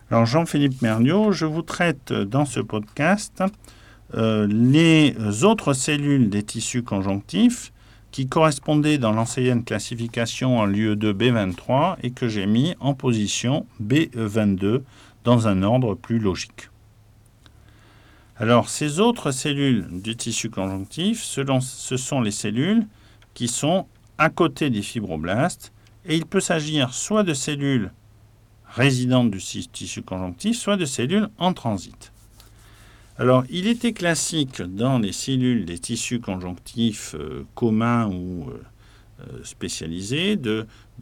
Alors Jean-Philippe Merliot, je vous traite dans ce podcast les autres cellules des tissus conjonctifs qui correspondaient dans l'ancienne classification en l'UE2 B23 et que j'ai mis en position BE22 dans un ordre plus logique. Alors ces autres cellules du tissu conjonctif, ce sont les cellules qui sont à côté des fibroblastes et il peut s'agir soit de cellules résidentes du tissu conjonctif, soit de cellules en transit. Alors, il était classique dans les cellules des tissus conjonctifs communs ou spécialisés de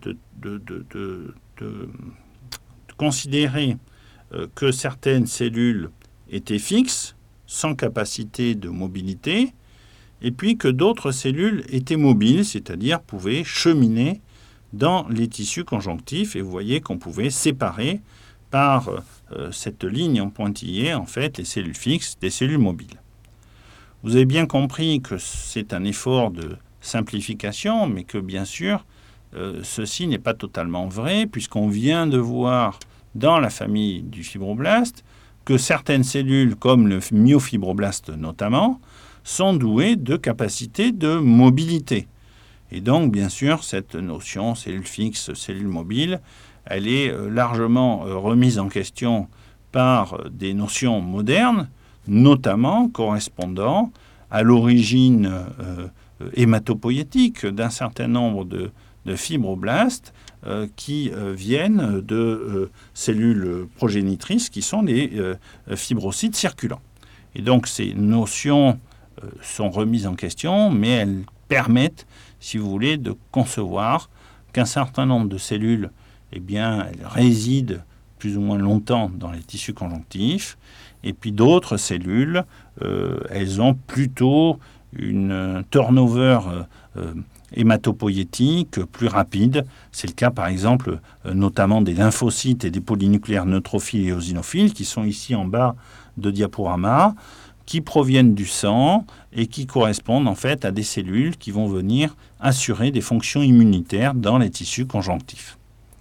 considérer que certaines cellules étaient fixes, sans capacité de mobilité, et puis que d'autres cellules étaient mobiles, c'est-à-dire pouvaient cheminer dans les tissus conjonctifs. Et vous voyez qu'on pouvait séparer par cette ligne en pointillé, en fait, les cellules fixes des cellules mobiles. Vous avez bien compris que c'est un effort de simplification, mais que bien sûr, ceci n'est pas totalement vrai, puisqu'on vient de voir dans la famille du fibroblaste que certaines cellules, comme le myofibroblaste notamment, sont douées de capacités de mobilité. Et donc, bien sûr, cette notion cellule fixe, cellule mobile, elle est largement remise en question par des notions modernes, notamment correspondant à l'origine hématopoïétique d'un certain nombre de fibroblastes qui viennent de cellules progénitrices qui sont les fibrocytes circulants. Et donc, ces notions sont remises en question, mais elles permettent, si vous voulez, de concevoir qu'un certain nombre de cellules, eh bien, elles résident plus ou moins longtemps dans les tissus conjonctifs, et puis d'autres cellules, elles ont plutôt une turnover hématopoïétique plus rapide. C'est le cas, par exemple, notamment des lymphocytes et des polynucléaires neutrophiles et eosinophiles, qui sont ici en bas de diaporama, qui proviennent du sang et qui correspondent en fait à des cellules qui vont venir assurer des fonctions immunitaires dans les tissus conjonctifs.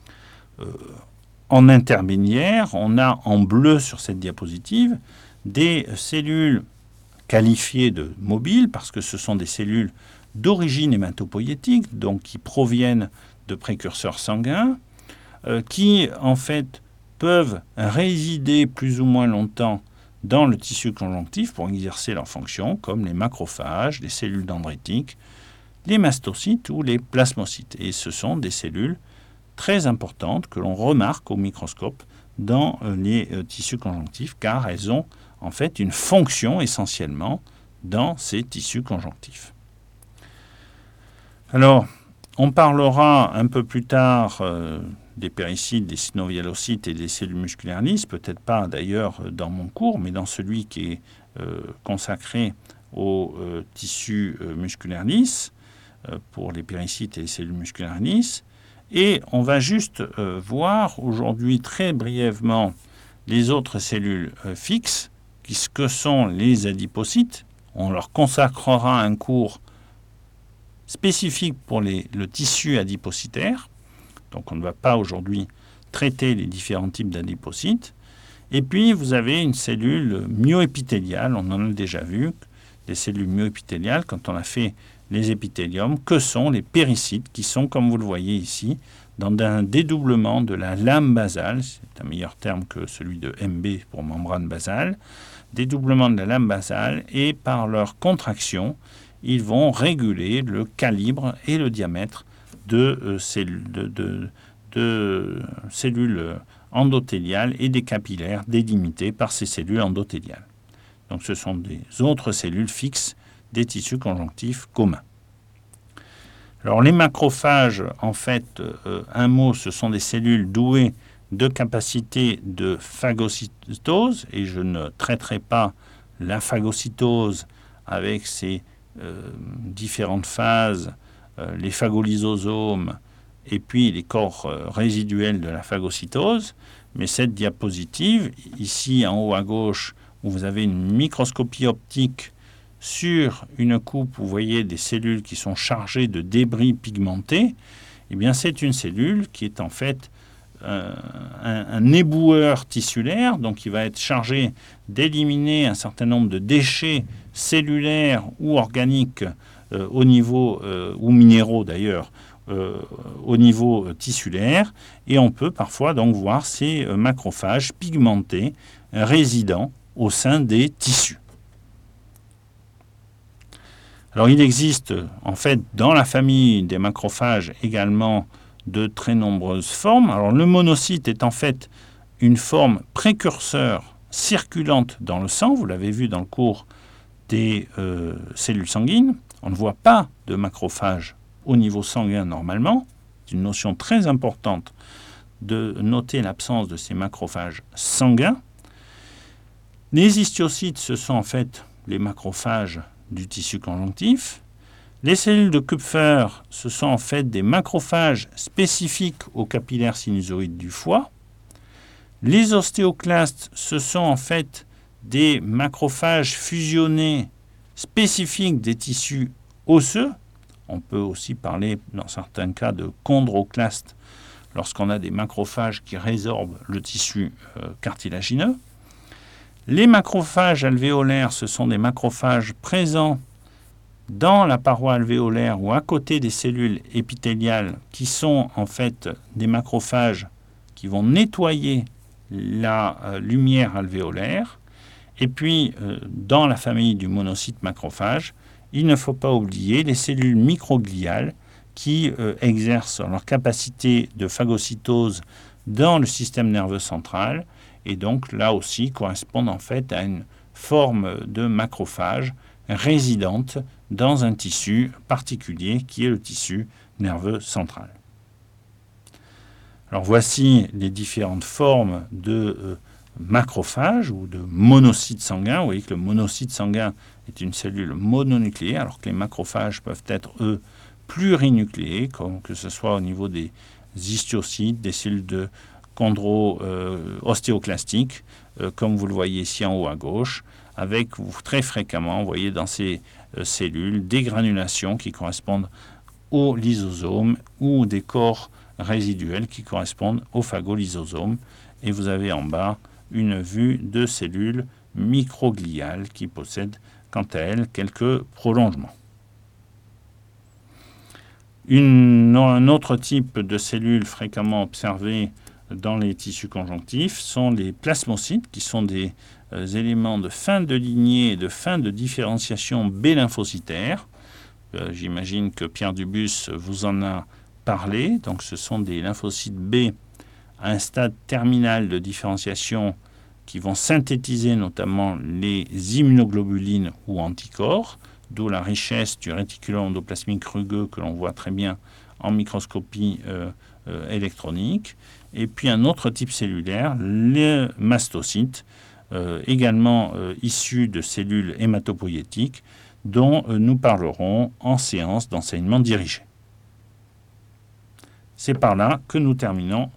En intermédiaire, on a en bleu sur cette diapositive des cellules qualifiées de mobiles parce que ce sont des cellules d'origine hématopoïétique, donc qui proviennent de précurseurs sanguins, qui en fait peuvent résider plus ou moins longtemps dans le tissu conjonctif pour exercer leurs fonctions, comme les macrophages, les cellules dendritiques, les mastocytes ou les plasmocytes. Et ce sont des cellules très importantes que l'on remarque au microscope dans les tissus conjonctifs, car elles ont en fait une fonction essentiellement dans ces tissus conjonctifs. Alors, on parlera un peu plus tard des péricytes, des synovialocytes et des cellules musculaires lisses, peut-être pas d'ailleurs dans mon cours, mais dans celui qui est consacré aux tissus musculaires lisses, pour les péricytes et les cellules musculaires lisses. Et on va juste voir aujourd'hui très brièvement les autres cellules fixes, que sont les adipocytes. On leur consacrera un cours spécifique pour le tissu adipocytaire. Donc on ne va pas aujourd'hui traiter les différents types d'adipocytes. Et puis vous avez une cellule myoépithéliale, on en a déjà vu, des cellules myoépithéliales, quand on a fait les épithéliums, que sont les péricytes, qui sont, comme vous le voyez ici, dans un dédoublement de la lame basale, c'est un meilleur terme que celui de MB pour membrane basale, dédoublement de la lame basale, et par leur contraction, ils vont réguler le calibre et le diamètre de cellules endothéliales et des capillaires délimités par ces cellules endothéliales. Donc ce sont des autres cellules fixes des tissus conjonctifs communs. Alors les macrophages, en fait, un mot, ce sont des cellules douées de capacité de phagocytose, et je ne traiterai pas la phagocytose avec ses différentes phases, les phagolysosomes et puis les corps résiduels de la phagocytose. Mais cette diapositive, ici en haut à gauche, où vous avez une microscopie optique sur une coupe où vous voyez des cellules qui sont chargées de débris pigmentés, eh bien c'est une cellule qui est en fait un éboueur tissulaire, donc il va être chargé d'éliminer un certain nombre de déchets cellulaires ou organiques au niveau, ou minéraux d'ailleurs, au niveau tissulaire, et on peut parfois donc voir ces macrophages pigmentés résidant au sein des tissus. Alors il existe en fait dans la famille des macrophages également de très nombreuses formes. Alors le monocyte est en fait une forme précurseur circulante dans le sang, vous l'avez vu dans le cours des cellules sanguines. On ne voit pas de macrophages au niveau sanguin normalement. C'est une notion très importante de noter l'absence de ces macrophages sanguins. Les histiocytes, ce sont en fait les macrophages du tissu conjonctif. Les cellules de Kupfer, ce sont en fait des macrophages spécifiques aux capillaires sinusoïdes du foie. Les ostéoclastes, ce sont en fait des macrophages fusionnés spécifiques des tissus osseux. On peut aussi parler, dans certains cas, de chondroclastes lorsqu'on a des macrophages qui résorbent le tissu cartilagineux. Les macrophages alvéolaires, ce sont des macrophages présents dans la paroi alvéolaire ou à côté des cellules épithéliales qui sont en fait des macrophages qui vont nettoyer la lumière alvéolaire. Et puis, dans la famille du monocyte macrophage, il ne faut pas oublier les cellules microgliales qui exercent leur capacité de phagocytose dans le système nerveux central et donc là aussi correspondent en fait à une forme de macrophage résidente dans un tissu particulier qui est le tissu nerveux central. Alors voici les différentes formes de macrophages ou de monocytes sanguins. Vous voyez que le monocyte sanguin est une cellule mononucléée, alors que les macrophages peuvent être, eux, plurinucléés, comme que ce soit au niveau des histiocytes, des cellules de chondro-ostéoclastiques, comme vous le voyez ici en haut à gauche, avec très fréquemment, vous voyez dans ces cellules, des granulations qui correspondent aux lysosomes ou des corps résiduels qui correspondent aux phagolysosomes. Et vous avez en bas une vue de cellules microgliales qui possèdent quant à elles quelques prolongements. Un autre type de cellules fréquemment observées dans les tissus conjonctifs sont les plasmocytes, qui sont des éléments de fin de lignée et de fin de différenciation B-lymphocytaire. J'imagine que Pierre Dubus vous en a parlé. Donc ce sont des lymphocytes B à un stade terminal de différenciation qui vont synthétiser notamment les immunoglobulines ou anticorps, d'où la richesse du réticulum endoplasmique rugueux que l'on voit très bien en microscopie électronique. Et puis un autre type cellulaire, les mastocytes, également issus de cellules hématopoïétiques, dont nous parlerons en séance d'enseignement dirigé. C'est par là que nous terminons